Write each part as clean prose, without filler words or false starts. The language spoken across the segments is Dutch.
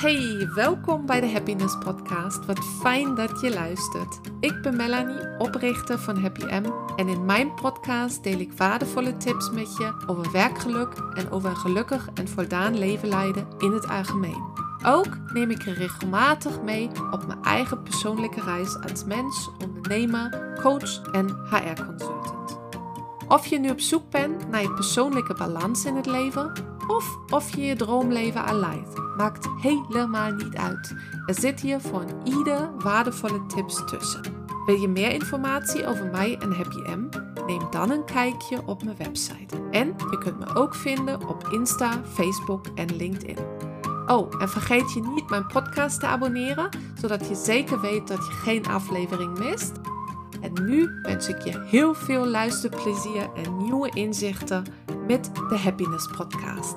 Hey, welkom bij de Happiness Podcast. Wat fijn dat je luistert. Ik ben Melanie, oprichter van Happy M. En in mijn podcast deel ik waardevolle tips met je over werkgeluk en over een gelukkig en voldaan leven leiden in het algemeen. Ook neem ik je regelmatig mee op mijn eigen persoonlijke reis als mens, ondernemer, coach en HR-consultant. Of je nu op zoek bent naar je persoonlijke balans in het leven, of je je droomleven al leidt, maakt helemaal niet uit. Er zit hier voor ieder waardevolle tips tussen. Wil je meer informatie over mij en Happy M? Neem dan een kijkje op mijn website. En je kunt me ook vinden op Insta, Facebook en LinkedIn. Oh, en vergeet je niet mijn podcast te abonneren, zodat je zeker weet dat je geen aflevering mist. En nu wens ik je heel veel luisterplezier en nieuwe inzichten met de Happiness Podcast.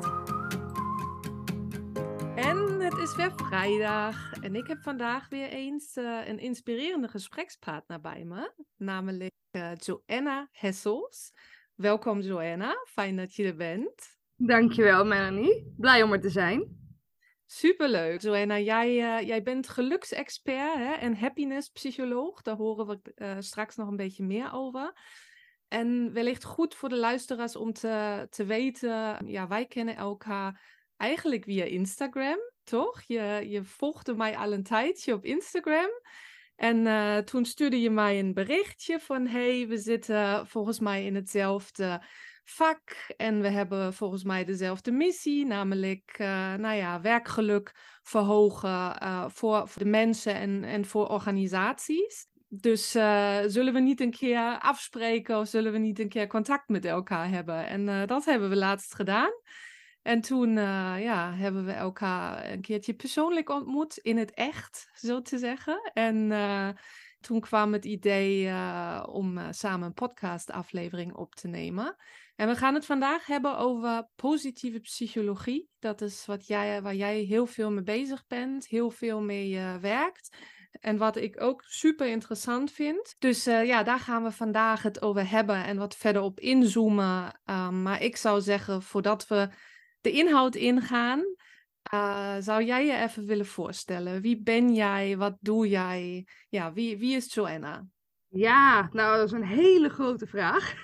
En het is weer vrijdag en ik heb vandaag weer eens een inspirerende gesprekspartner bij me, namelijk Joanna Hessels. Welkom Joanna, fijn dat je er bent. Dankjewel Melanie, blij om er te zijn. Superleuk. Joanna, jij bent geluksexpert, hè, en happiness-psycholoog. Daar horen we straks nog een beetje meer over. En wellicht goed voor de luisteraars om te weten, ja, wij kennen elkaar eigenlijk via Instagram, toch? Je volgde mij al een tijdje op Instagram. En toen stuurde je mij een berichtje van, hey, we zitten volgens mij in hetzelfde vak en we hebben volgens mij dezelfde missie, namelijk werkgeluk verhogen voor de mensen en voor organisaties. Dus zullen we niet een keer afspreken of zullen we niet een keer contact met elkaar hebben? En dat hebben we laatst gedaan. En toen hebben we elkaar een keertje persoonlijk ontmoet, in het echt, zo te zeggen. En toen kwam het idee om samen een podcastaflevering op te nemen. En we gaan het vandaag hebben over positieve psychologie. Dat is waar jij heel veel mee bezig bent, heel veel mee werkt. En wat ik ook super interessant vind. Dus daar gaan we vandaag het over hebben en wat verder op inzoomen. Maar ik zou zeggen, voordat we de inhoud ingaan, zou jij je even willen voorstellen? Wie ben jij? Wat doe jij? Ja, wie is Joanna? Ja, nou dat is een hele grote vraag.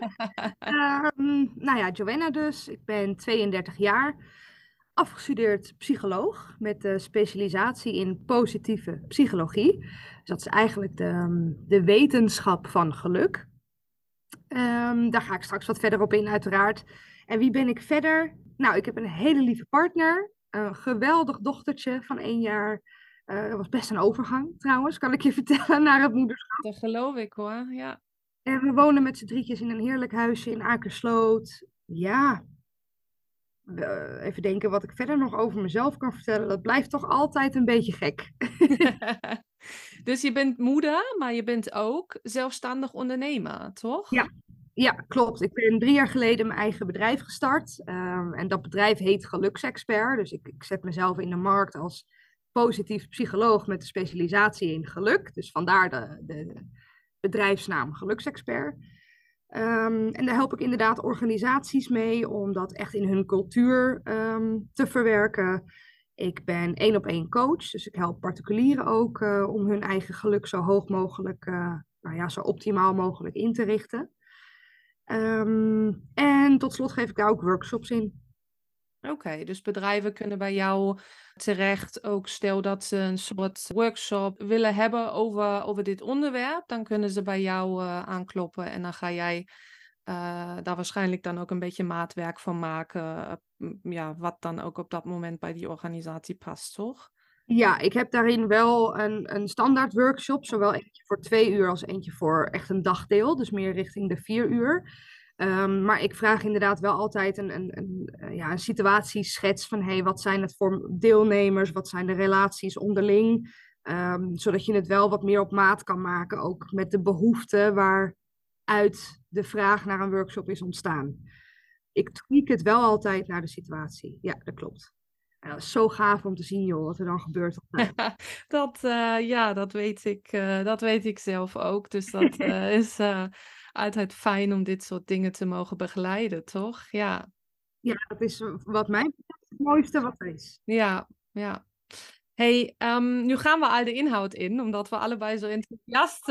Joanna dus. Ik ben 32 jaar, afgestudeerd psycholoog met de specialisatie in positieve psychologie. Dus dat is eigenlijk de wetenschap van geluk. Daar ga ik straks wat verder op in, uiteraard. En wie ben ik verder? Nou, ik heb een hele lieve partner, een geweldig dochtertje van 1 jaar. Dat was best een overgang, trouwens, kan ik je vertellen, naar het moederschap. Dat geloof ik hoor, ja. En we wonen met z'n drietjes in een heerlijk huisje in Akersloot. Ja, even denken wat ik verder nog over mezelf kan vertellen. Dat blijft toch altijd een beetje gek. Dus je bent moeder, maar je bent ook zelfstandig ondernemer, toch? Ja, ja, klopt. Ik ben 3 jaar geleden mijn eigen bedrijf gestart. En dat bedrijf heet Geluksexpert. Dus ik zet mezelf in de markt als positief psycholoog met de specialisatie in geluk. Dus vandaar de bedrijfsnaam Geluksexpert. En daar help ik inderdaad organisaties mee om dat echt in hun cultuur te verwerken. Ik ben 1-op-1 coach, dus ik help particulieren ook om hun eigen geluk zo hoog mogelijk, zo optimaal mogelijk in te richten. En tot slot geef ik daar ook workshops in. Oké, dus bedrijven kunnen bij jou terecht, ook stel dat ze een soort workshop willen hebben over dit onderwerp, dan kunnen ze bij jou aankloppen en dan ga jij daar waarschijnlijk dan ook een beetje maatwerk van maken, wat dan ook op dat moment bij die organisatie past, toch? Ja, ik heb daarin wel een standaard workshop, zowel eentje voor 2 uur als eentje voor echt een dagdeel, dus meer richting de 4 uur. Maar ik vraag inderdaad wel altijd een situatieschets van hey, wat zijn het voor deelnemers, wat zijn de relaties onderling, zodat je het wel wat meer op maat kan maken, ook met de behoeften waaruit de vraag naar een workshop is ontstaan. Ik tweak het wel altijd naar de situatie. Ja, dat klopt. En dat is zo gaaf om te zien, joh, wat er dan gebeurt. Dat weet ik zelf ook. Dus dat is altijd fijn om dit soort dingen te mogen begeleiden, toch? Ja, Ja, dat is wat mij betreft het mooiste wat er is. ja, ja. Hey, nu gaan we al de inhoud in, omdat we allebei zo enthousiast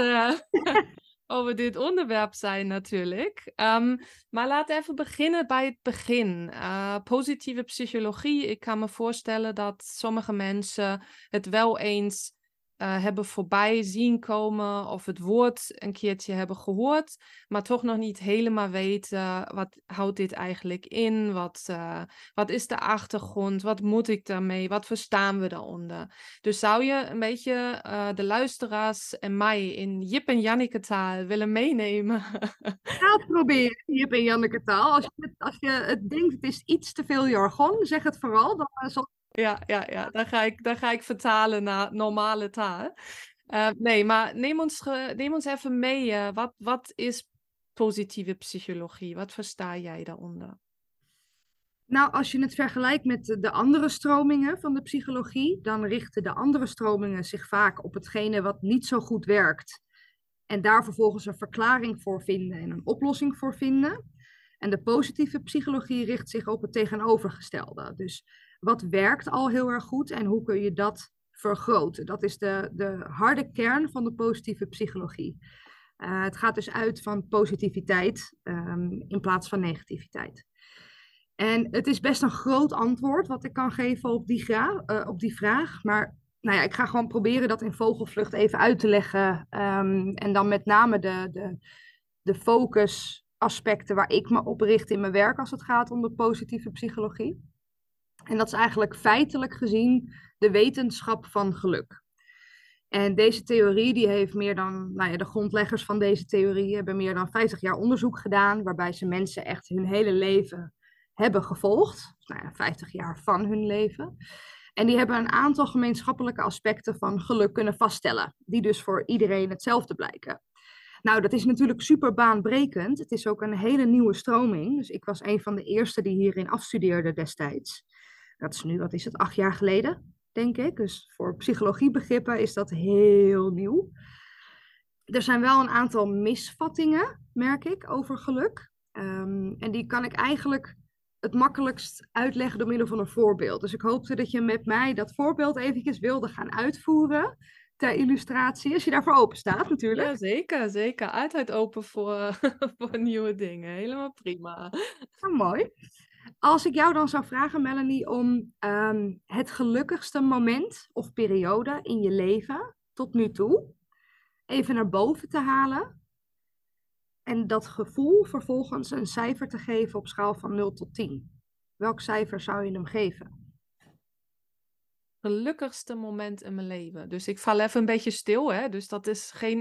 over dit onderwerp zijn natuurlijk. Maar laten we even beginnen bij het begin. Positieve psychologie. Ik kan me voorstellen dat sommige mensen het wel eens hebben voorbij zien komen of het woord een keertje hebben gehoord, maar toch nog niet helemaal weten wat houdt dit eigenlijk in, wat is de achtergrond, wat moet ik daarmee, wat verstaan we daaronder. Dus zou je een beetje de luisteraars en mij in Jip en Janneke taal willen meenemen? Ga het proberen, Jip en Janneke taal. Als je het denkt, het is iets te veel jargon, zeg het vooral. Dan zal... Ja. Dan ga ik vertalen naar normale taal. Nee, maar neem ons even mee. Wat is positieve psychologie? Wat versta jij daaronder? Nou, als je het vergelijkt met de andere stromingen van de psychologie, dan richten de andere stromingen zich vaak op hetgene wat niet zo goed werkt. En daar vervolgens een verklaring voor vinden en een oplossing voor vinden. En de positieve psychologie richt zich op het tegenovergestelde. Dus wat werkt al heel erg goed en hoe kun je dat vergroten? Dat is de harde kern van de positieve psychologie. Het gaat dus uit van positiviteit in plaats van negativiteit. En het is best een groot antwoord wat ik kan geven op die vraag. Maar nou ja, ik ga gewoon proberen dat in vogelvlucht even uit te leggen. En dan met name de focusaspecten waar ik me op richt in mijn werk als het gaat om de positieve psychologie. En dat is eigenlijk feitelijk gezien de wetenschap van geluk. En deze theorie, die heeft meer dan, nou ja, de grondleggers van deze theorie hebben meer dan 50 jaar onderzoek gedaan, waarbij ze mensen echt hun hele leven hebben gevolgd. Nou ja, 50 jaar van hun leven. En die hebben een aantal gemeenschappelijke aspecten van geluk kunnen vaststellen, die dus voor iedereen hetzelfde blijken. Nou, dat is natuurlijk super baanbrekend. Het is ook een hele nieuwe stroming. Dus ik was een van de eerste die hierin afstudeerde destijds. Dat is nu, wat is het, 8 jaar geleden, denk ik. Dus voor psychologiebegrippen is dat heel nieuw. Er zijn wel een aantal misvattingen, merk ik, over geluk. En die kan ik eigenlijk het makkelijkst uitleggen door middel van een voorbeeld. Dus ik hoopte dat je met mij dat voorbeeld eventjes wilde gaan uitvoeren ter illustratie, als je daarvoor open staat natuurlijk. Ja, zeker. Altijd open voor, voor nieuwe dingen. Helemaal prima. Nou, mooi. Als ik jou dan zou vragen, Melanie, om het gelukkigste moment of periode in je leven tot nu toe even naar boven te halen en dat gevoel vervolgens een cijfer te geven op schaal van 0 tot 10. Welk cijfer zou je hem geven? Gelukkigste moment in mijn leven. Dus ik val even een beetje stil, hè. Dus dat is geen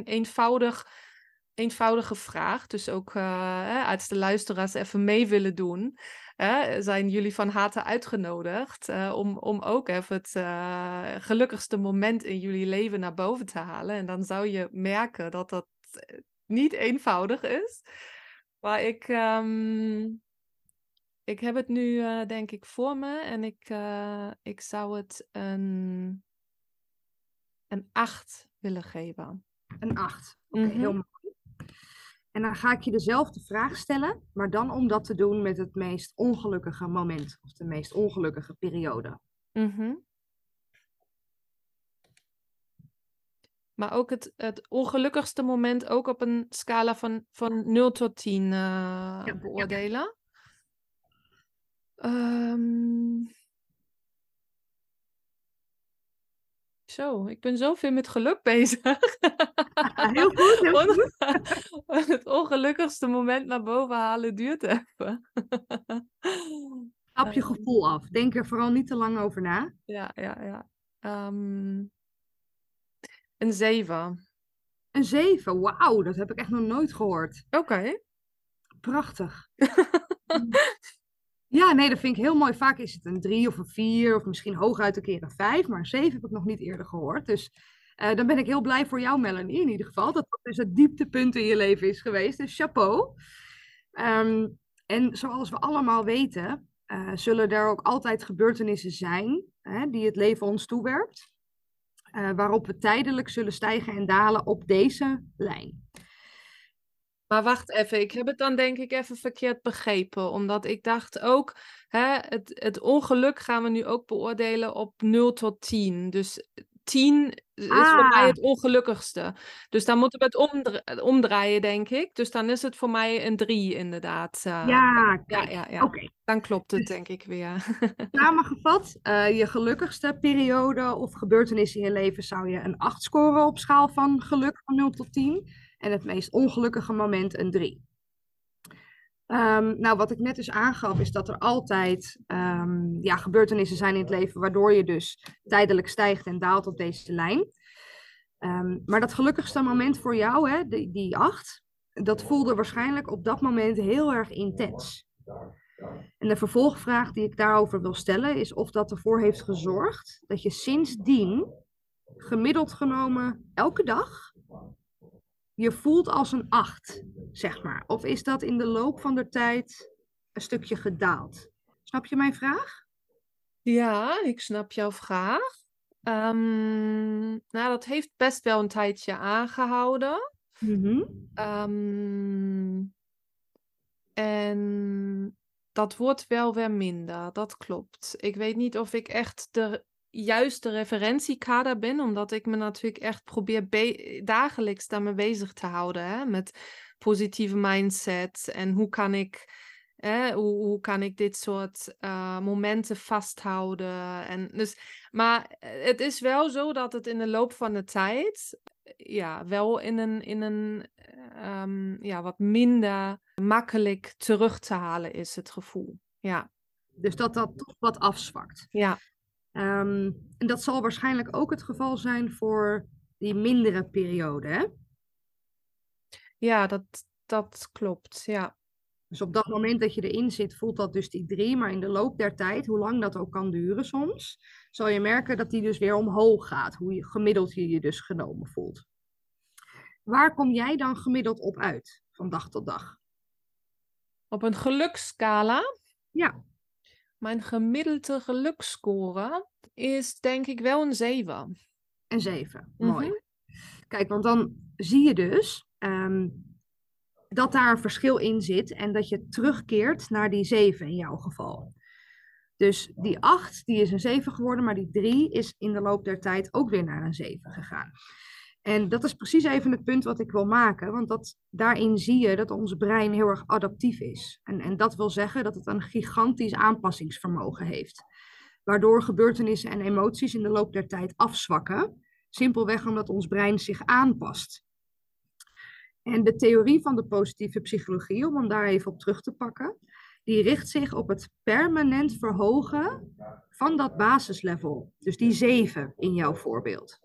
eenvoudige vraag. Dus ook als de luisteraars even mee willen doen, zijn jullie van harte uitgenodigd om ook even het gelukkigste moment in jullie leven naar boven te halen. En dan zou je merken dat dat niet eenvoudig is. Maar ik heb het nu denk ik voor me en ik zou het een 8 willen geven. Een 8. Oké, heel mooi. En dan ga ik je dezelfde vraag stellen, maar dan om dat te doen met het meest ongelukkige moment of de meest ongelukkige periode. Maar ook het ongelukkigste moment ook op een scala van 0 tot 10 beoordelen. Zo, ik ben zoveel met geluk bezig. Heel goed, heel goed. Het ongelukkigste moment naar boven halen duurt even. Stap je gevoel af. Denk er vooral niet te lang over na. Ja. Een 7. Een 7, wauw, dat heb ik echt nog nooit gehoord. Oké. Prachtig. Ja, nee, dat vind ik heel mooi. Vaak is het een 3 of een 4 of misschien hooguit een keer een 5, maar een 7 heb ik nog niet eerder gehoord. Dus dan ben ik heel blij voor jou, Melanie, in ieder geval. Dat dus het dieptepunt in je leven is geweest. Dus chapeau. En zoals we allemaal weten, zullen er ook altijd gebeurtenissen zijn die het leven ons toewerpt. Waarop we tijdelijk zullen stijgen en dalen op deze lijn. Maar wacht even, ik heb het dan denk ik even verkeerd begrepen. Omdat ik dacht ook, hè, het ongeluk gaan we nu ook beoordelen op 0 tot 10. Dus 10 is voor mij Ah, het ongelukkigste. Dus dan moeten we het omdraaien, denk ik. Dus dan is het voor mij een 3 inderdaad. ja, Ja, kijk. ja, ja. Oké. Dan klopt het Dus denk ik weer. samengevat, je gelukkigste periode of gebeurtenis in je leven zou je een 8 scoren op schaal van geluk van 0 tot 10. En het meest ongelukkige moment een 3. Nou, wat ik net dus aangaf, is dat er altijd ja, gebeurtenissen zijn in het leven waardoor je dus tijdelijk stijgt en daalt op deze lijn. Maar dat gelukkigste moment voor jou, hè, die 8, dat voelde waarschijnlijk op dat moment heel erg intens. En de vervolgvraag die ik daarover wil stellen is of dat ervoor heeft gezorgd dat je sindsdien gemiddeld genomen elke dag je voelt als een 8, zeg maar. Of is dat in de loop van de tijd een stukje gedaald? Snap je mijn vraag? Ja, ik snap jouw vraag. Nou, dat heeft best wel een tijdje aangehouden. Mhm. Ehm, en dat wordt wel weer minder, dat klopt. Ik weet niet of ik echt de juiste referentiekader ben, omdat ik me natuurlijk echt probeer dagelijks daarmee bezig te houden, hè, met positieve mindset en hoe kan ik, hoe kan ik dit soort momenten vasthouden. En dus, maar het is wel zo dat het in de loop van de tijd ja, wel in een ja, wat minder makkelijk terug te halen is het gevoel. Ja, Dus dat toch wat afzwakt. ja, En dat zal waarschijnlijk ook het geval zijn voor die mindere periode, hè? ja, dat klopt. Ja. Dus op dat moment dat je erin zit, voelt dat dus die 3. Maar in de loop der tijd, hoe lang dat ook kan duren soms, zal je merken dat die dus weer omhoog gaat. Hoe je, gemiddeld je je dus genomen voelt. Waar kom jij dan gemiddeld op uit, van dag tot dag? Op een geluksscala, Ja, mijn gemiddelde geluksscore is denk ik wel een 7. een 7. Mhm. Mooi. Kijk, want dan zie je dus dat daar een verschil in zit en dat je terugkeert naar die 7 in jouw geval. Dus die 8, die is een 7 geworden, maar die 3 is in de loop der tijd ook weer naar een 7 gegaan. En dat is precies even het punt wat ik wil maken, want daarin zie je dat ons brein heel erg adaptief is. En dat wil zeggen dat het een gigantisch aanpassingsvermogen heeft, waardoor gebeurtenissen en emoties in de loop der tijd afzwakken, simpelweg omdat ons brein zich aanpast. En de theorie van de positieve psychologie, om hem daar even op terug te pakken, die richt zich op het permanent verhogen van dat basislevel. Dus die 7 in jouw voorbeeld.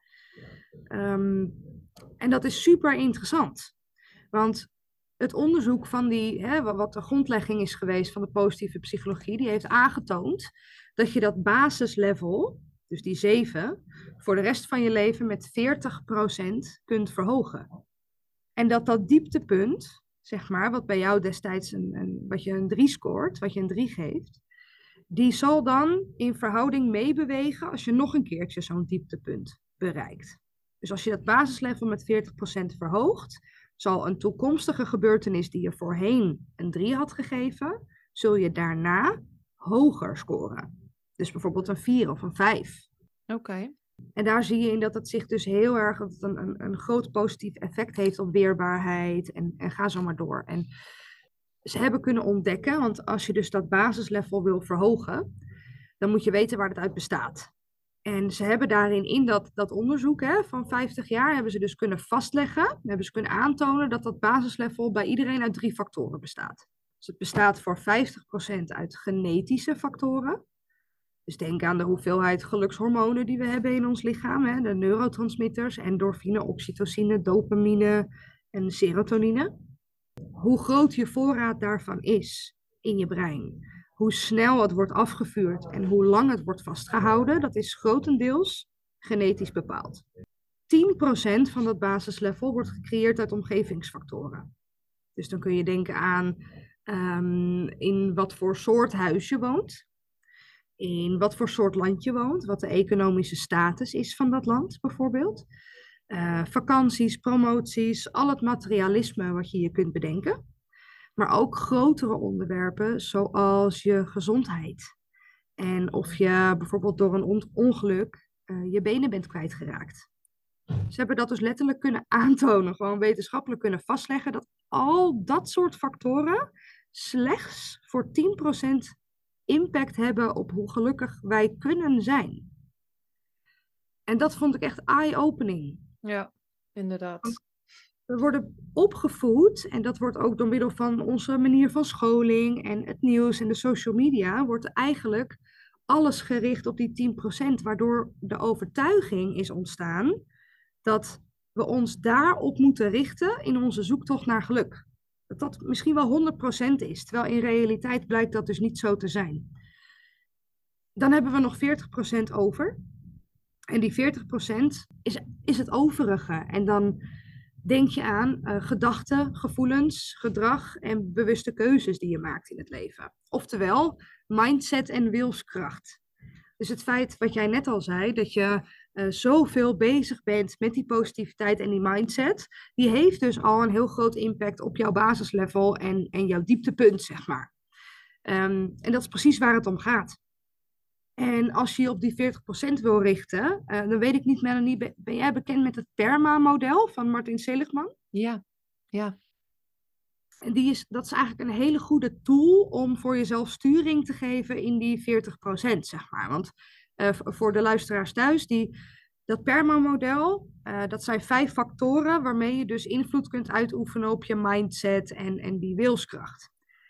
En dat is super interessant. Want het onderzoek van wat de grondlegging is geweest van de positieve psychologie, die heeft aangetoond dat je dat basislevel, dus die 7, voor de rest van je leven met 40% kunt verhogen. En dat dieptepunt, zeg maar, wat bij jou destijds wat je een 3 scoort, wat je een 3 geeft, die zal dan in verhouding meebewegen als je nog een keertje zo'n dieptepunt bereikt. Dus als je dat basislevel met 40% verhoogt, zal een toekomstige gebeurtenis die je voorheen een 3 had gegeven, zul je daarna hoger scoren. Dus bijvoorbeeld een 4 of een 5. Oké. En daar zie je in dat het zich dus heel erg dat het een groot positief effect heeft op weerbaarheid en ga zo maar door. En ze hebben kunnen ontdekken, want als je dus dat basislevel wil verhogen, dan moet je weten waar het uit bestaat. En ze hebben daarin in dat onderzoek van 50 jaar, hebben ze dus kunnen vastleggen, hebben ze kunnen aantonen dat dat basislevel bij iedereen uit 3 factoren bestaat. Dus het bestaat voor 50% uit genetische factoren. Dus denk aan de hoeveelheid gelukshormonen die we hebben in ons lichaam, hè? De neurotransmitters, endorfine, oxytocine, dopamine en serotonine. Hoe groot je voorraad daarvan is in je brein, hoe snel het wordt afgevuurd en hoe lang het wordt vastgehouden, dat is grotendeels genetisch bepaald. 10% van dat basislevel wordt gecreëerd uit omgevingsfactoren. Dus dan kun je denken aan in wat voor soort huis je woont, in wat voor soort land je woont, wat de economische status is van dat land bijvoorbeeld. Vakanties, promoties, al het materialisme wat je je kunt bedenken. Maar ook grotere onderwerpen zoals je gezondheid. En of je bijvoorbeeld door een ongeluk je benen bent kwijtgeraakt. Ze hebben dat dus letterlijk kunnen aantonen, gewoon wetenschappelijk kunnen vastleggen dat al dat soort factoren slechts voor 10% impact hebben op hoe gelukkig wij kunnen zijn. En dat vond ik echt eye-opening. Ja, inderdaad. We worden opgevoed, en dat wordt ook door middel van onze manier van scholing en het nieuws en de social media, wordt eigenlijk alles gericht op die 10%, waardoor de overtuiging is ontstaan dat we ons daarop moeten richten in onze zoektocht naar geluk. Dat dat misschien wel 100% is, terwijl in realiteit blijkt dat dus niet zo te zijn. Dan hebben we nog 40% over. En die 40% is het overige. En dan denk je aan gedachten, gevoelens, gedrag en bewuste keuzes die je maakt in het leven. Oftewel, mindset en wilskracht. Dus het feit wat jij net al zei, dat je zoveel bezig bent met die positiviteit en die mindset, die heeft dus al een heel groot impact op jouw basislevel en jouw dieptepunt, zeg maar. En dat is precies waar het om gaat. En als je je op die 40% wil richten, dan weet ik niet, Melanie, ben jij bekend met het PERMA-model van Martin Seligman? Ja, ja. En dat is eigenlijk een hele goede tool om voor jezelf sturing te geven in die 40%, zeg maar. Want voor de luisteraars thuis, dat PERMA-model, dat zijn 5 factoren waarmee je dus invloed kunt uitoefenen op je mindset en die wilskracht.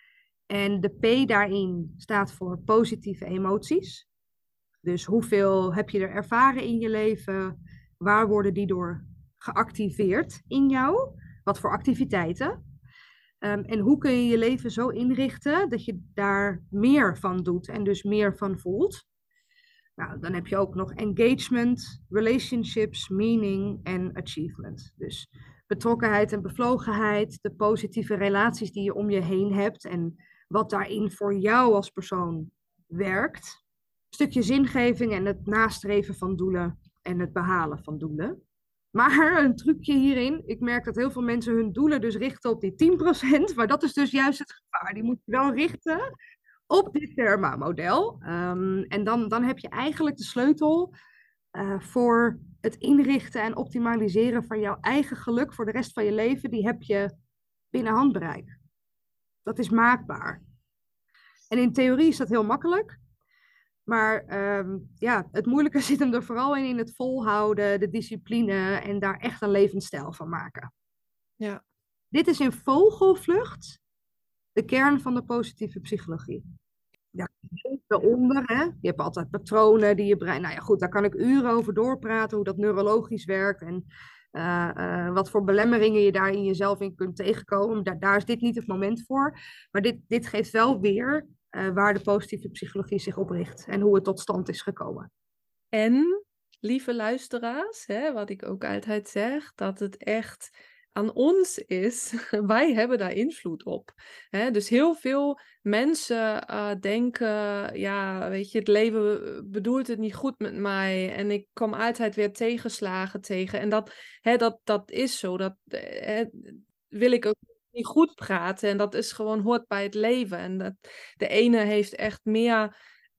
En de P daarin staat voor positieve emoties. Dus hoeveel heb je er ervaren in je leven? Waar worden die door geactiveerd in jou? Wat voor activiteiten? En hoe kun je je leven zo inrichten dat je daar meer van doet en dus meer van voelt? Nou, dan heb je ook nog engagement, relationships, meaning en achievement. Dus betrokkenheid en bevlogenheid, de positieve relaties die je om je heen hebt en wat daarin voor jou als persoon werkt. Een stukje zingeving en het nastreven van doelen en het behalen van doelen. Maar een trucje hierin, ik merk dat heel veel mensen hun doelen dus richten op die 10%, maar dat is dus juist het gevaar. Die moet je wel richten op dit PERMA-model. En dan heb je eigenlijk de sleutel voor het inrichten en optimaliseren van jouw eigen geluk voor de rest van je leven. Die heb je binnen handbereik. Dat is maakbaar. En in theorie is dat heel makkelijk. Maar het moeilijke zit hem er vooral in het volhouden, de discipline en daar echt een levensstijl van maken. Ja. Dit is in vogelvlucht de kern van de positieve psychologie. Ja, daaronder, hè? Je hebt altijd patronen die je brein... Nou ja, goed, daar kan ik uren over doorpraten, hoe dat neurologisch werkt en wat voor belemmeringen je daar in jezelf in kunt tegenkomen. Daar is dit niet het moment voor. Maar dit geeft wel weer waar de positieve psychologie zich op richt en hoe het tot stand is gekomen. En, lieve luisteraars, wat ik ook altijd zeg, dat het echt aan ons is. Wij hebben daar invloed op. Dus heel veel mensen denken, ja, weet je, het leven bedoelt het niet goed met mij en ik kom altijd weer tegenslagen tegen. En dat is zo, dat wil ik ook niet goed praten en dat is gewoon hoort bij het leven. En de ene heeft echt meer...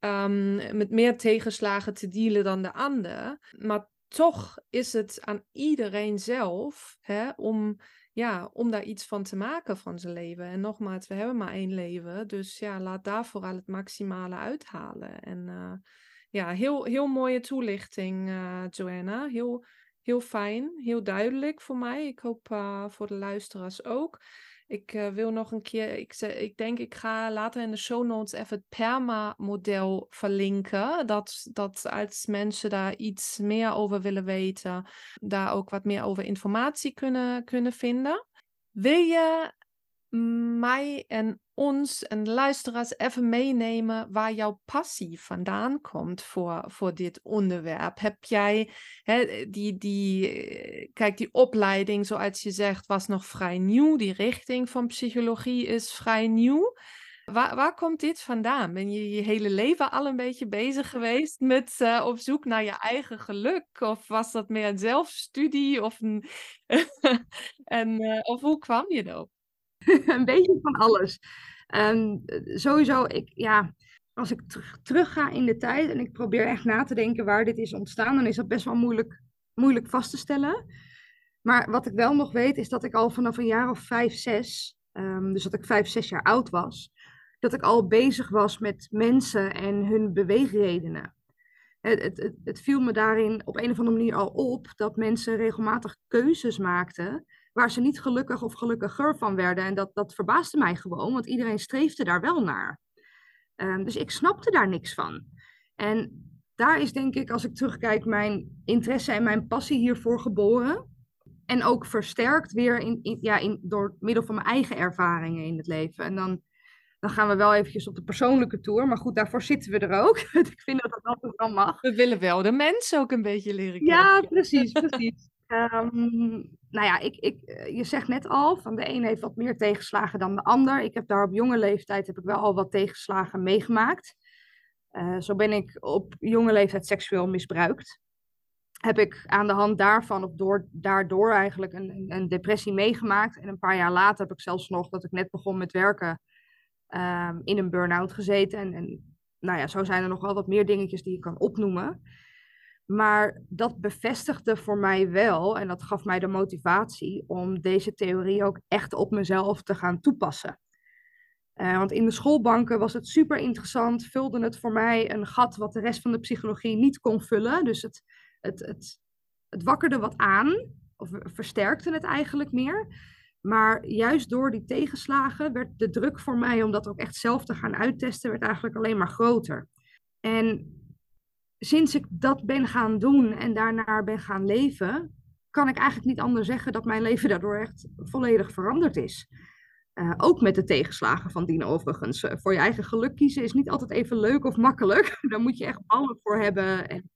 met meer tegenslagen te dealen dan de ander. Maar toch is het aan iedereen zelf om daar iets van te maken van zijn leven. En nogmaals, we hebben maar 1 leven. Dus ja, laat daar vooral het maximale uithalen. En heel, heel mooie toelichting, Joanna. Heel, heel fijn, heel duidelijk voor mij. Ik hoop voor de luisteraars ook. Ik wil nog een keer, ik denk ik ga later in de show notes even het PERMA-model verlinken. Dat als mensen daar iets meer over willen weten, daar ook wat meer over informatie kunnen vinden. Wil je mij en ons en de luisteraars even meenemen waar jouw passie vandaan komt voor dit onderwerp? Heb jij die opleiding, zoals je zegt, was nog vrij nieuw. Die richting van psychologie is vrij nieuw. Waar komt dit vandaan? Ben je je hele leven al een beetje bezig geweest met op zoek naar je eigen geluk? Of was dat meer een zelfstudie? Of, of hoe kwam je erop? Een beetje van alles. Sowieso, als ik terug ga in de tijd en ik probeer echt na te denken waar dit is ontstaan, dan is dat best wel moeilijk vast te stellen. Maar wat ik wel nog weet, is dat ik al vanaf een jaar of 5, 6, dus dat ik 5, 6 jaar oud was, dat ik al bezig was met mensen en hun beweegredenen. Het viel me daarin op een of andere manier al op dat mensen regelmatig keuzes maakten waar ze niet gelukkig of gelukkiger van werden. En dat verbaasde mij gewoon, want iedereen streefde daar wel naar. Dus ik snapte daar niks van. En daar is denk ik, als ik terugkijk, mijn interesse en mijn passie hiervoor geboren. En ook versterkt weer door middel van mijn eigen ervaringen in het leven. En dan gaan we wel eventjes op de persoonlijke tour. Maar goed, daarvoor zitten we er ook. Ik vind dat dat altijd wel mag. We willen wel de mensen ook een beetje leren kennen. Ja, precies. Nou ja, je zegt net al, van de een heeft wat meer tegenslagen dan de ander. Ik heb daar op jonge leeftijd heb ik wel al wat tegenslagen meegemaakt. Zo ben ik op jonge leeftijd seksueel misbruikt. Heb ik aan de hand daarvan, daardoor eigenlijk een depressie meegemaakt. En een paar jaar later heb ik zelfs nog, dat ik net begon met werken, in een burn-out gezeten. En nou ja, zo zijn er nog wel wat meer dingetjes die ik kan opnoemen. Maar dat bevestigde voor mij wel, en dat gaf mij de motivatie om deze theorie ook echt op mezelf te gaan toepassen. Want in de schoolbanken was het super interessant, vulde het voor mij een gat wat de rest van de psychologie niet kon vullen. Dus het wakkerde wat aan, of versterkte het eigenlijk meer. Maar juist door die tegenslagen werd de druk voor mij om dat ook echt zelf te gaan uittesten, werd eigenlijk alleen maar groter. En sinds ik dat ben gaan doen en daarnaar ben gaan leven, kan ik eigenlijk niet anders zeggen dat mijn leven daardoor echt volledig veranderd is. Ook met de tegenslagen van dien overigens. Voor je eigen geluk kiezen is niet altijd even leuk of makkelijk. Daar moet je echt ballen voor hebben. En,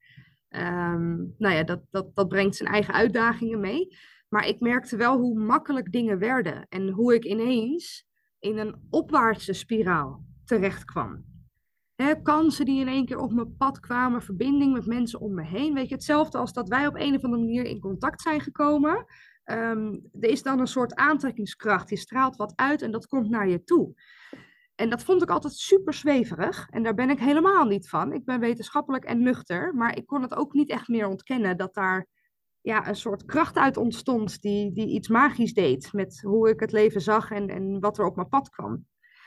nou ja, dat brengt zijn eigen uitdagingen mee. Maar ik merkte wel hoe makkelijk dingen werden. En hoe ik ineens in een opwaartse spiraal terecht kwam. Kansen die in één keer op mijn pad kwamen, verbinding met mensen om me heen. Weet je, hetzelfde als dat wij op een of andere manier in contact zijn gekomen. Er is dan een soort aantrekkingskracht. Je straalt wat uit en dat komt naar je toe. En dat vond ik altijd super zweverig. En daar ben ik helemaal niet van. Ik ben wetenschappelijk en nuchter. Maar ik kon het ook niet echt meer ontkennen dat daar een soort kracht uit ontstond die iets magisch deed. Met hoe ik het leven zag en wat er op mijn pad kwam.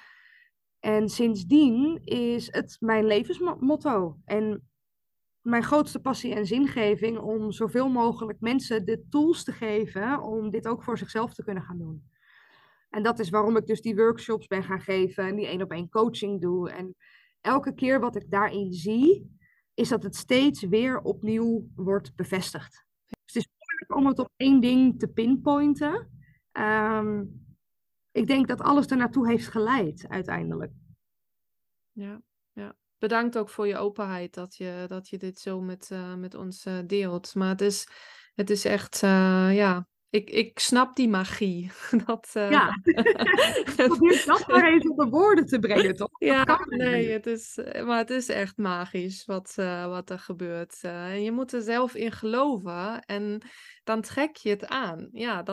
En sindsdien is het mijn levensmotto. En mijn grootste passie en zingeving om zoveel mogelijk mensen de tools te geven om dit ook voor zichzelf te kunnen gaan doen. En dat is waarom ik dus die workshops ben gaan geven en die 1-op-1 coaching doe. En elke keer wat ik daarin zie, is dat het steeds weer opnieuw wordt bevestigd. Dus het is moeilijk om het op één ding te pinpointen. Ik denk dat alles er naartoe heeft geleid uiteindelijk. Ja. Bedankt ook voor je openheid dat je dit zo met ons deelt. Maar het is echt, ik snap die magie. Ja, probeer dat maar eens onder woorden te brengen, toch? Ja, nee, maar het is echt magisch wat er gebeurt. En je moet er zelf in geloven en dan trek je het aan. Ja,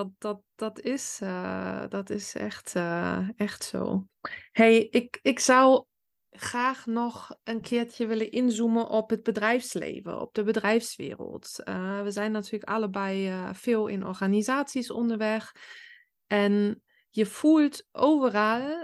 dat is echt zo. Hey, ik zou graag nog een keertje willen inzoomen op het bedrijfsleven, op de bedrijfswereld. We zijn natuurlijk allebei veel in organisaties onderweg. En je voelt overal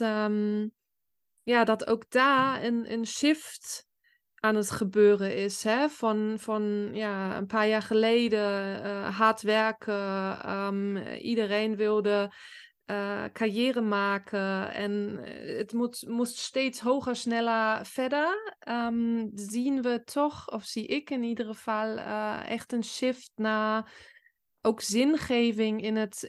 dat ook daar een shift aan het gebeuren is. Hè? Van een paar jaar geleden hard werken. Iedereen wilde carrière maken. En het moest steeds hoger, sneller, verder. Zien we toch, of zie ik in ieder geval, echt een shift naar ook zingeving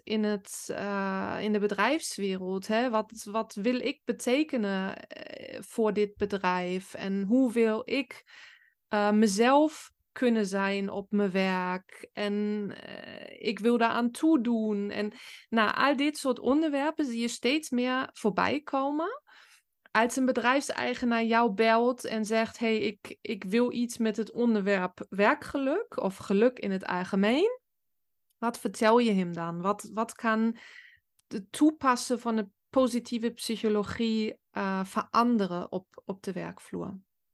in de bedrijfswereld. Hè? Wat wil ik betekenen voor dit bedrijf? En hoe wil ik mezelf kunnen zijn op mijn werk? En ik wil daaraan toedoen. En al dit soort onderwerpen zie je steeds meer voorbij komen. Als een bedrijfseigenaar jou belt en zegt: hey, ik wil iets met het onderwerp werkgeluk of geluk in het algemeen. Wat vertel je hem dan? Wat kan het toepassen van de positieve psychologie veranderen op de werkvloer?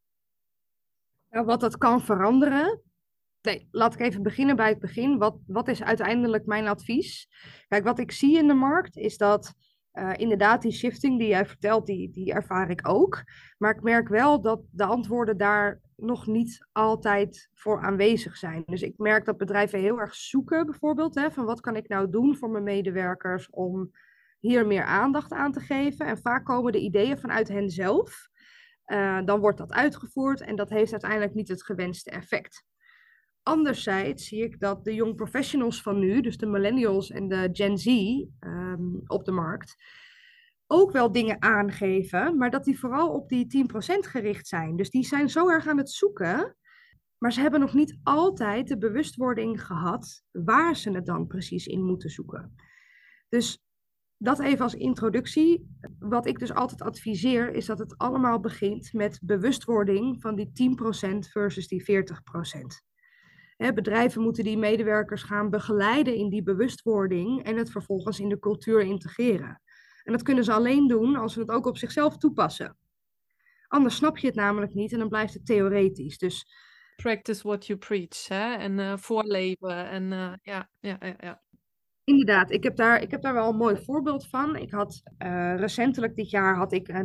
Nou, wat dat kan veranderen. Nee, laat ik even beginnen bij het begin. Wat is uiteindelijk mijn advies? Kijk, wat ik zie in de markt is dat inderdaad die shifting die jij vertelt, die ervaar ik ook. Maar ik merk wel dat de antwoorden daar nog niet altijd voor aanwezig zijn. Dus ik merk dat bedrijven heel erg zoeken bijvoorbeeld, hè, van wat kan ik nou doen voor mijn medewerkers om hier meer aandacht aan te geven. En vaak komen de ideeën vanuit hen zelf. Dan wordt dat uitgevoerd en dat heeft uiteindelijk niet het gewenste effect. Anderzijds zie ik dat de young professionals van nu, dus de millennials en de Gen Z op de markt, ook wel dingen aangeven, maar dat die vooral op die 10% gericht zijn. Dus die zijn zo erg aan het zoeken, maar ze hebben nog niet altijd de bewustwording gehad waar ze het dan precies in moeten zoeken. Dus dat even als introductie. Wat ik dus altijd adviseer, is dat het allemaal begint met bewustwording van die 10% versus die 40%. Bedrijven moeten die medewerkers gaan begeleiden in die bewustwording en het vervolgens in de cultuur integreren. En dat kunnen ze alleen doen als ze het ook op zichzelf toepassen. Anders snap je het namelijk niet en dan blijft het theoretisch. Dus Practice what you preach, hè? En voorleven. En ja. inderdaad, ik heb daar wel een mooi voorbeeld van. Ik had recentelijk dit jaar had ik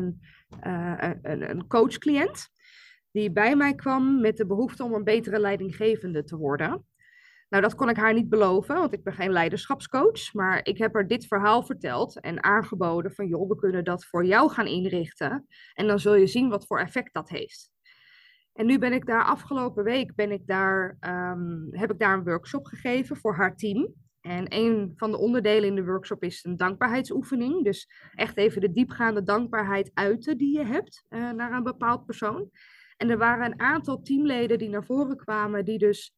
een coachcliënt die bij mij kwam met de behoefte om een betere leidinggevende te worden. Nou, dat kon ik haar niet beloven, want ik ben geen leiderschapscoach. Maar ik heb haar dit verhaal verteld en aangeboden van, joh, we kunnen dat voor jou gaan inrichten. En dan zul je zien wat voor effect dat heeft. En nu ben ik daar afgelopen week, heb ik daar een workshop gegeven voor haar team. En een van de onderdelen in de workshop is een dankbaarheidsoefening. Dus echt even de diepgaande dankbaarheid uiten die je hebt naar een bepaald persoon. En er waren een aantal teamleden die naar voren kwamen, die dus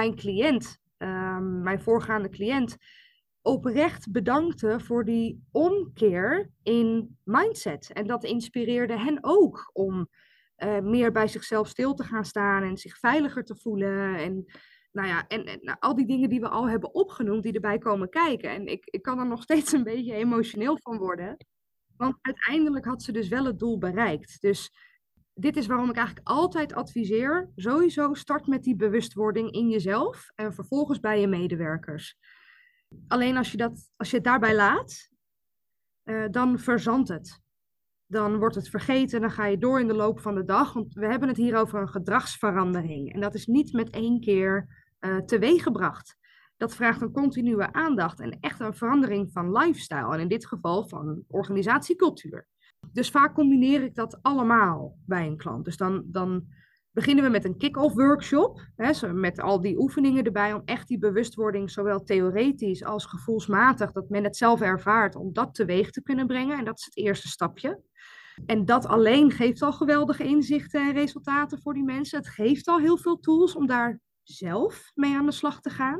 mijn voorgaande cliënt, oprecht bedankten voor die omkeer in mindset. En dat inspireerde hen ook om meer bij zichzelf stil te gaan staan en zich veiliger te voelen. En nou ja, en al die dingen die we al hebben opgenoemd, die erbij komen kijken. En ik kan er nog steeds een beetje emotioneel van worden. Want uiteindelijk had ze dus wel het doel bereikt. Dus dit is waarom ik eigenlijk altijd adviseer, sowieso start met die bewustwording in jezelf en vervolgens bij je medewerkers. Alleen als je het daarbij laat, dan verzandt het. Dan wordt het vergeten, dan ga je door in de loop van de dag. Want we hebben het hier over een gedragsverandering. En dat is niet met één keer teweeggebracht. Dat vraagt een continue aandacht en echt een verandering van lifestyle. En in dit geval van organisatiecultuur. Dus vaak combineer ik dat allemaal bij een klant. Dus dan beginnen we met een kick-off workshop. Met al die oefeningen erbij om echt die bewustwording, zowel theoretisch als gevoelsmatig, dat men het zelf ervaart, om dat teweeg te kunnen brengen. En dat is het eerste stapje. En dat alleen geeft al geweldige inzichten en resultaten voor die mensen. Het geeft al heel veel tools om daar zelf mee aan de slag te gaan.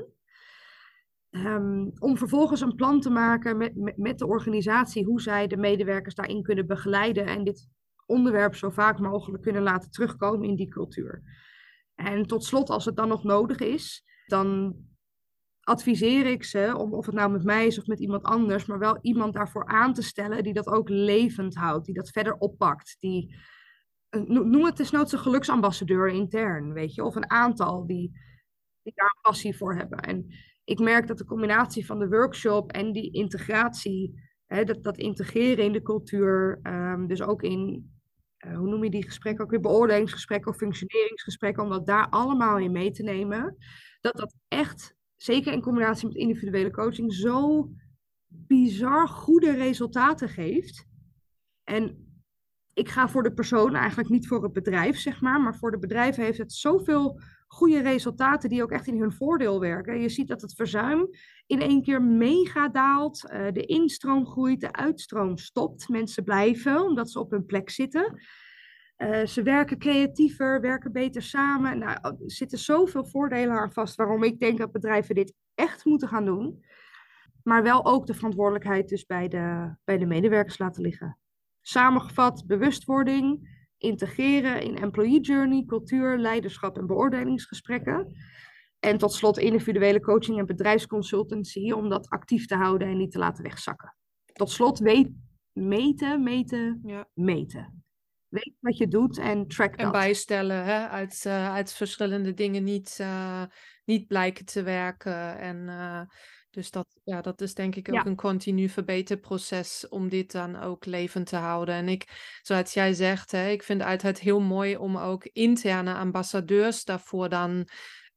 Om vervolgens een plan te maken met de organisatie, hoe zij de medewerkers daarin kunnen begeleiden en dit onderwerp zo vaak mogelijk kunnen laten terugkomen in die cultuur. En tot slot, als het dan nog nodig is, dan adviseer ik ze, of het nou met mij is of met iemand anders, maar wel iemand daarvoor aan te stellen die dat ook levend houdt, die dat verder oppakt, die, noem het desnoods een geluksambassadeur intern, weet je, of een aantal die daar een passie voor hebben. En ik merk dat de combinatie van de workshop en die integratie, dat integreren in de cultuur, dus ook in, hoe noem je die gesprekken ook weer, beoordelingsgesprekken of functioneringsgesprekken, om dat daar allemaal in mee te nemen, dat echt, zeker in combinatie met individuele coaching, zo bizar goede resultaten geeft. En ik ga voor de persoon, eigenlijk niet voor het bedrijf, zeg maar voor de bedrijven heeft het zoveel goede resultaten die ook echt in hun voordeel werken. Je ziet dat het verzuim in één keer mega daalt, de instroom groeit, de uitstroom stopt. Mensen blijven omdat ze op hun plek zitten. Ze werken creatiever, werken beter samen. Nou, er zitten zoveel voordelen aan vast waarom ik denk dat bedrijven dit echt moeten gaan doen. Maar wel ook de verantwoordelijkheid dus bij de medewerkers laten liggen. Samengevat, bewustwording, integreren in employee journey, cultuur, leiderschap en beoordelingsgesprekken. En tot slot individuele coaching en bedrijfsconsultancy om dat actief te houden en niet te laten wegzakken. Tot slot meten. Ja. Weet wat je doet en track En dat. bijstellen, hè? Uit verschillende dingen niet blijken te werken. En dus dat is denk ik ook een continu verbeterproces om dit dan ook levend te houden. En zoals jij zegt, hè, ik vind het heel mooi om ook interne ambassadeurs daarvoor dan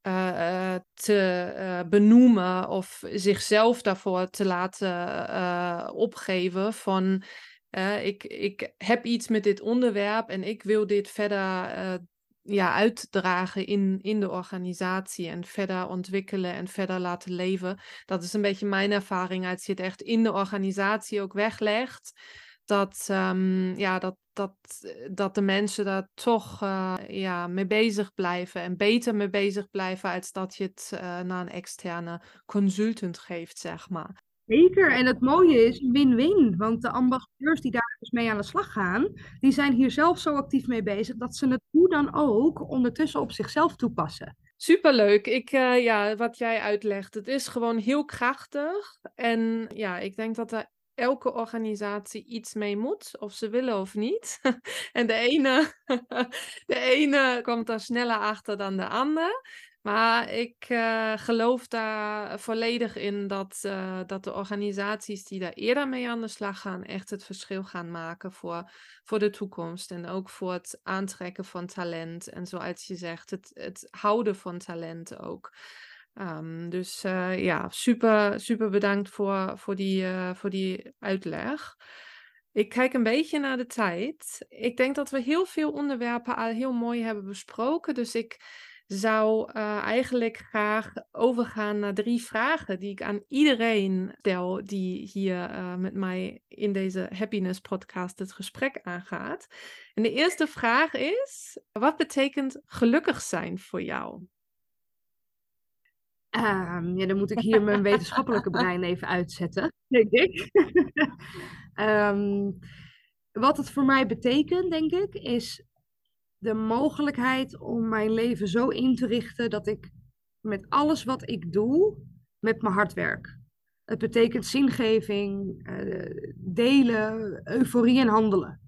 te benoemen of zichzelf daarvoor te laten opgeven van ik heb iets met dit onderwerp en ik wil dit verder uitdragen in de organisatie en verder ontwikkelen en verder laten leven. Dat is een beetje mijn ervaring als je het echt in de organisatie ook weglegt. Dat de mensen daar toch mee bezig blijven en beter mee bezig blijven als dat je het naar een externe consultant geeft, zeg maar. Zeker, en het mooie is win-win, want de ambassadeurs die daar dus mee aan de slag gaan, die zijn hier zelf zo actief mee bezig dat ze het hoe dan ook ondertussen op zichzelf toepassen. Superleuk. Wat jij uitlegt, het is gewoon heel krachtig. En ja, ik denk dat er elke organisatie iets mee moet, of ze willen of niet. En de ene komt daar sneller achter dan de ander. Maar ik geloof daar volledig in dat de organisaties die daar eerder mee aan de slag gaan, echt het verschil gaan maken voor de toekomst. En ook voor het aantrekken van talent. En zoals je zegt, het houden van talent ook. Dus super, super bedankt voor die uitleg. Ik kijk een beetje naar de tijd. Ik denk dat we heel veel onderwerpen al heel mooi hebben besproken. Dus ik zou eigenlijk graag overgaan naar 3 vragen die ik aan iedereen stel die hier met mij in deze Happiness podcast het gesprek aangaat. En de eerste vraag is, wat betekent gelukkig zijn voor jou? Dan moet ik hier mijn wetenschappelijke brein even uitzetten, denk ik. Wat het voor mij betekent, denk ik, is de mogelijkheid om mijn leven zo in te richten dat ik met alles wat ik doe, met mijn hart werk. Het betekent zingeving, delen, euforie en handelen.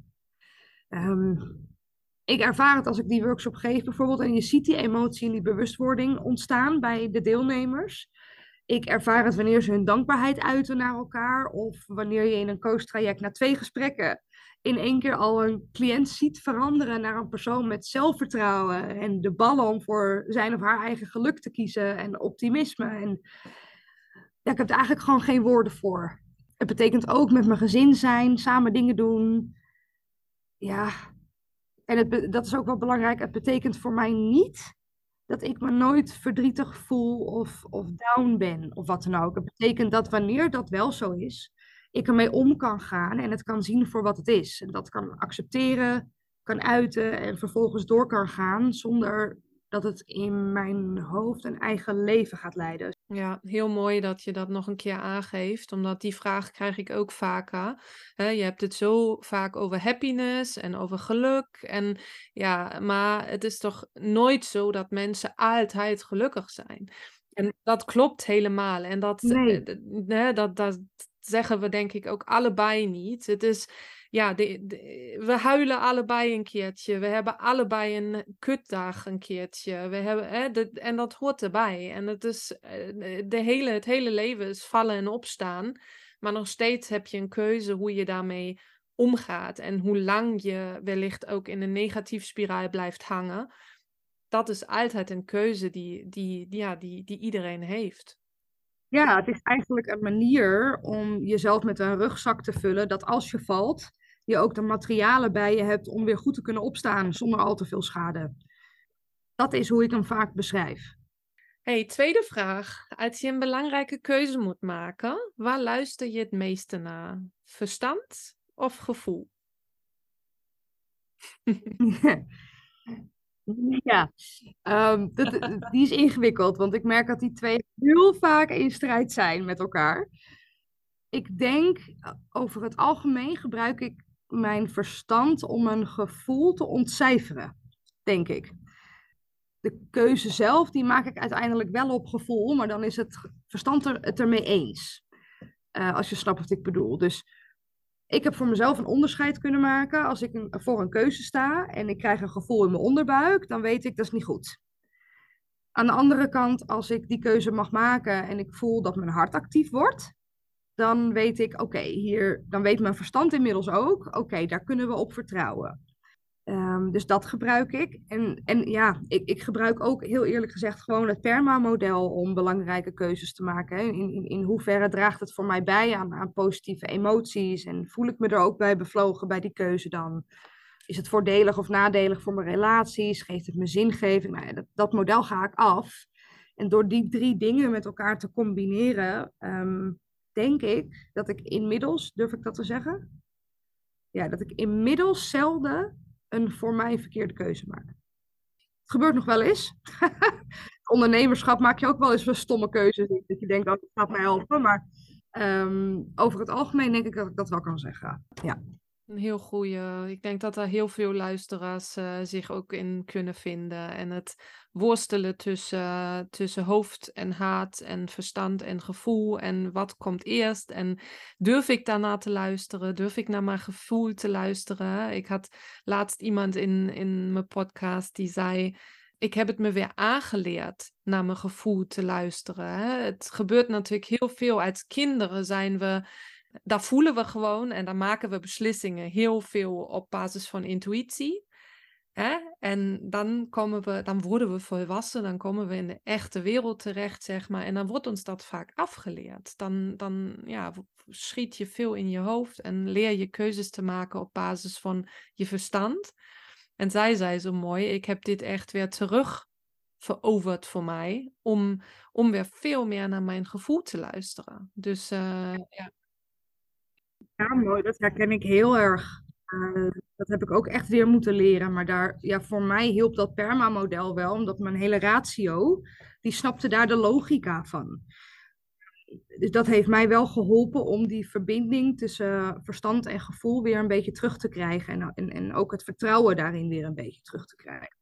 Ik ervaar het als ik die workshop geef bijvoorbeeld en je ziet die emotie en die bewustwording ontstaan bij de deelnemers. Ik ervaar het wanneer ze hun dankbaarheid uiten naar elkaar of wanneer je in een coachtraject na 2 gesprekken in 1 keer al een cliënt ziet veranderen naar een persoon met zelfvertrouwen en de ballen om voor zijn of haar eigen geluk te kiezen en optimisme. En ik heb er eigenlijk gewoon geen woorden voor. Het betekent ook met mijn gezin zijn, samen dingen doen. Ja, en dat is ook wel belangrijk. Het betekent voor mij niet dat ik me nooit verdrietig voel of down ben of wat dan ook. Het betekent dat wanneer dat wel zo is, ik ermee om kan gaan en het kan zien voor wat het is. En dat kan accepteren, kan uiten en vervolgens door kan gaan zonder dat het in mijn hoofd een eigen leven gaat leiden. Ja, heel mooi dat je dat nog een keer aangeeft, omdat die vraag krijg ik ook vaker. Je hebt het zo vaak over happiness en over geluk. En ja, maar het is toch nooit zo dat mensen altijd gelukkig zijn. En dat klopt helemaal. En dat zeggen we denk ik ook allebei niet. Het is, ja, we huilen allebei een keertje. We hebben allebei een kutdag een keertje. We hebben, en dat hoort erbij. En het is, het hele leven is vallen en opstaan. Maar nog steeds heb je een keuze hoe je daarmee omgaat. En hoe lang je wellicht ook in een negatief spiraal blijft hangen. Dat is altijd een keuze die iedereen heeft. Ja, het is eigenlijk een manier om jezelf met een rugzak te vullen, dat als je valt, je ook de materialen bij je hebt om weer goed te kunnen opstaan zonder al te veel schade. Dat is hoe ik hem vaak beschrijf. Hey, tweede vraag. Als je een belangrijke keuze moet maken, waar luister je het meeste naar? Verstand of gevoel? Ja, die is ingewikkeld, want ik merk dat die twee heel vaak in strijd zijn met elkaar. Ik denk, over het algemeen gebruik ik mijn verstand om een gevoel te ontcijferen, denk ik. De keuze zelf, die maak ik uiteindelijk wel op gevoel, maar dan is het verstand het ermee eens. Als je snapt wat ik bedoel. Dus ik heb voor mezelf een onderscheid kunnen maken. Als ik voor een keuze sta en ik krijg een gevoel in mijn onderbuik, dan weet ik dat is niet goed. Aan de andere kant, als ik die keuze mag maken en ik voel dat mijn hart actief wordt, dan weet ik, oké, hier, dan weet mijn verstand inmiddels ook, oké, daar kunnen we op vertrouwen. Dus dat gebruik ik. En ja, ik gebruik ook heel eerlijk gezegd gewoon het PERMA-model om belangrijke keuzes te maken. Hè. In hoeverre draagt het voor mij bij aan positieve emoties en voel ik me er ook bij bevlogen bij die keuze dan? Is het voordelig of nadelig voor mijn relaties? Geeft het me zingeving? Nou, ja, dat model ga ik af. En door die 3 dingen met elkaar te combineren, denk ik dat ik inmiddels, durf ik dat te zeggen? Ja, dat ik inmiddels zelden een voor mij verkeerde keuze maak. Het gebeurt nog wel eens. Ondernemerschap maak je ook wel eens een stomme keuzes. Dat je denkt, oh, dat gaat mij helpen. Maar over het algemeen denk ik dat ik dat wel kan zeggen. Ja. Een heel goeie. Ik denk dat er heel veel luisteraars zich ook in kunnen vinden. En het worstelen tussen hoofd en hart en verstand en gevoel. En wat komt eerst? En durf ik daarna te luisteren? Durf ik naar mijn gevoel te luisteren? Ik had laatst iemand in mijn podcast die zei: ik heb het me weer aangeleerd naar mijn gevoel te luisteren. Hè? Het gebeurt natuurlijk heel veel. Als kinderen zijn we... Daar voelen we gewoon en dan maken we beslissingen heel veel op basis van intuïtie. Hè? En dan worden we volwassen, dan komen we in de echte wereld terecht, zeg maar. En dan wordt ons dat vaak afgeleerd. Dan ja, schiet je veel in je hoofd en leer je keuzes te maken op basis van je verstand. En zij zei zo mooi, ik heb dit echt weer terug veroverd voor mij, om weer veel meer naar mijn gevoel te luisteren. Dus ja. Ja, mooi. Dat herken ik heel erg. Dat heb ik ook echt weer moeten leren. Maar ja, voor mij hielp dat PERMA-model wel, omdat mijn hele ratio, die snapte daar de logica van. Dus dat heeft mij wel geholpen om die verbinding tussen verstand en gevoel weer een beetje terug te krijgen. En ook het vertrouwen daarin weer een beetje terug te krijgen.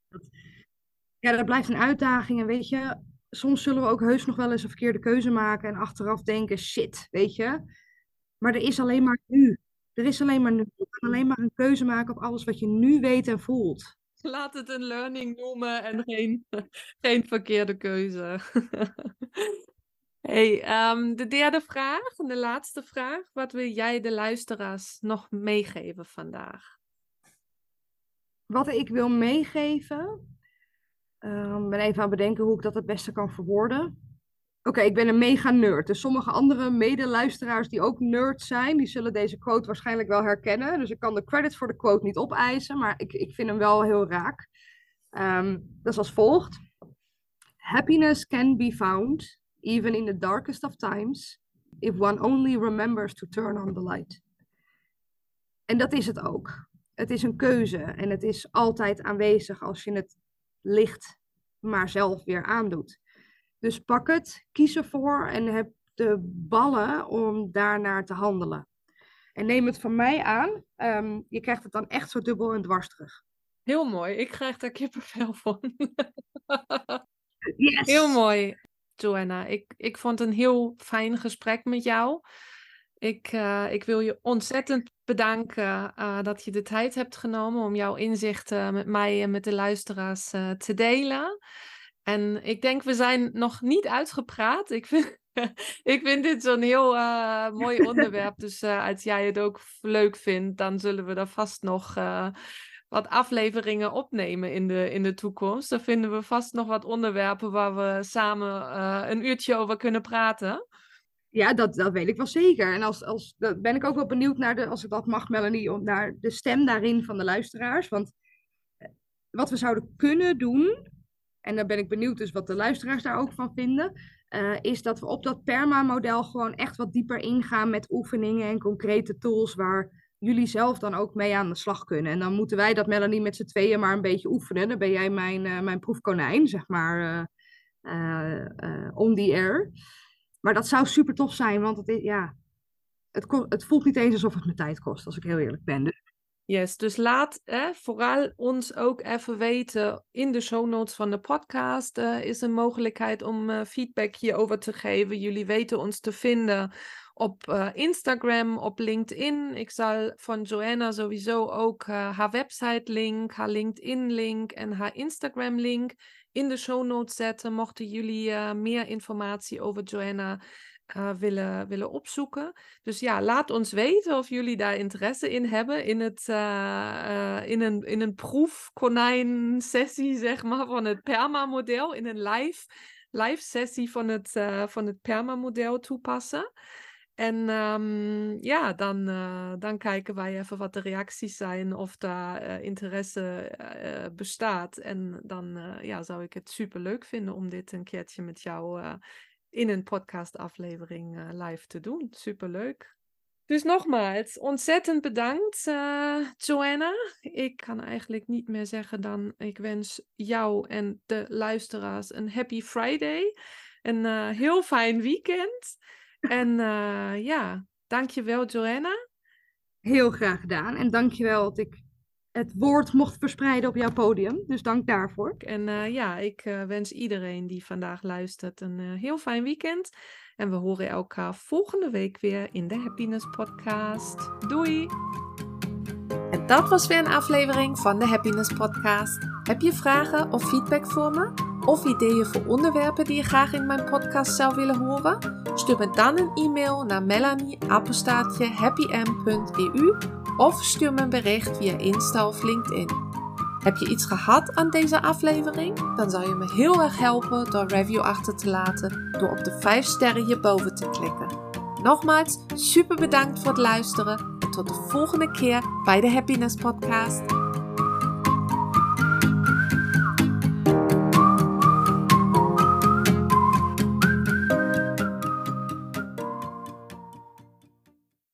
Ja, dat blijft een uitdaging. En weet je, soms zullen we ook heus nog wel eens een verkeerde keuze maken en achteraf denken, shit, weet je. Maar er is alleen maar nu. Er is alleen maar nu. Je kan alleen maar een keuze maken op alles wat je nu weet en voelt. Laat het een learning noemen en geen verkeerde keuze. Hey, de derde vraag en de laatste vraag. Wat wil jij de luisteraars nog meegeven vandaag? Wat ik wil meegeven, ben even aan het bedenken hoe ik dat het beste kan verwoorden. Oké, ik ben een mega nerd. Dus sommige andere medeluisteraars die ook nerds zijn, die zullen deze quote waarschijnlijk wel herkennen. Dus ik kan de credits voor de quote niet opeisen, maar ik vind hem wel heel raak. Dat is als volgt. Happiness can be found, even in the darkest of times, if one only remembers to turn on the light. En dat is het ook. Het is een keuze en het is altijd aanwezig als je het licht maar zelf weer aandoet. Dus pak het, kies ervoor en heb de ballen om daarnaar te handelen. En neem het van mij aan, je krijgt het dan echt zo dubbel en dwars terug. Heel mooi, ik krijg daar kippenvel van. Yes! Heel mooi, Joanna. Ik vond het een heel fijn gesprek met jou. Ik wil je ontzettend bedanken dat je de tijd hebt genomen om jouw inzichten met mij en met de luisteraars te delen. En ik denk, we zijn nog niet uitgepraat. Ik vind dit zo'n heel mooi onderwerp. Dus als jij het ook leuk vindt, dan zullen we daar vast nog wat afleveringen opnemen in de toekomst. Dan vinden we vast nog wat onderwerpen waar we samen een uurtje over kunnen praten. Ja, dat weet ik wel zeker. En dan ben ik ook wel benieuwd naar als ik dat mag, Melanie, naar de stem daarin van de luisteraars. Want wat we zouden kunnen doen, en dan ben ik benieuwd dus wat de luisteraars daar ook van vinden, is dat we op dat PERMA-model gewoon echt wat dieper ingaan met oefeningen en concrete tools waar jullie zelf dan ook mee aan de slag kunnen. En dan moeten wij dat, Melanie, met z'n tweeën maar een beetje oefenen. Dan ben jij mijn proefkonijn, zeg maar, on the air. Maar dat zou super tof zijn, want het voelt niet eens alsof het me tijd kost, als ik heel eerlijk ben. Dus Yes, dus laat vooral ons ook even weten. In de show notes van de podcast is een mogelijkheid om feedback hierover te geven. Jullie weten ons te vinden op Instagram, op LinkedIn. Ik zal van Joanna sowieso ook haar website link, haar LinkedIn link en haar Instagram link in de show notes zetten. Mochten jullie meer informatie over Joanna willen opzoeken. Dus ja, laat ons weten of jullie daar interesse in hebben in een proefkonijn-sessie, zeg maar, van het PERMA-model, in een live sessie van het PERMA-model toepassen. En dan kijken wij even wat de reacties zijn, of daar interesse bestaat. En dan zou ik het super leuk vinden om dit een keertje met jou in een podcastaflevering live te doen. Superleuk. Dus nogmaals, ontzettend bedankt, Joanna. Ik kan eigenlijk niet meer zeggen dan ik wens jou en de luisteraars een happy Friday. Een heel fijn weekend. En dankjewel, Joanna. Heel graag gedaan. En dankjewel dat ik het woord mocht verspreiden op jouw podium. Dus dank daarvoor. En ik wens iedereen die vandaag luistert een heel fijn weekend. En we horen elkaar volgende week weer in de Happiness Podcast. Doei! En dat was weer een aflevering van de Happiness Podcast. Heb je vragen of feedback voor me? Of ideeën voor onderwerpen die je graag in mijn podcast zou willen horen? Stuur me dan een e-mail naar melanie@happym.eu of stuur me een bericht via Insta of LinkedIn. Heb je iets gehad aan deze aflevering? Dan zou je me heel erg helpen door een review achter te laten door op de 5 sterren hierboven te klikken. Nogmaals, super bedankt voor het luisteren en tot de volgende keer bij de Happiness Podcast.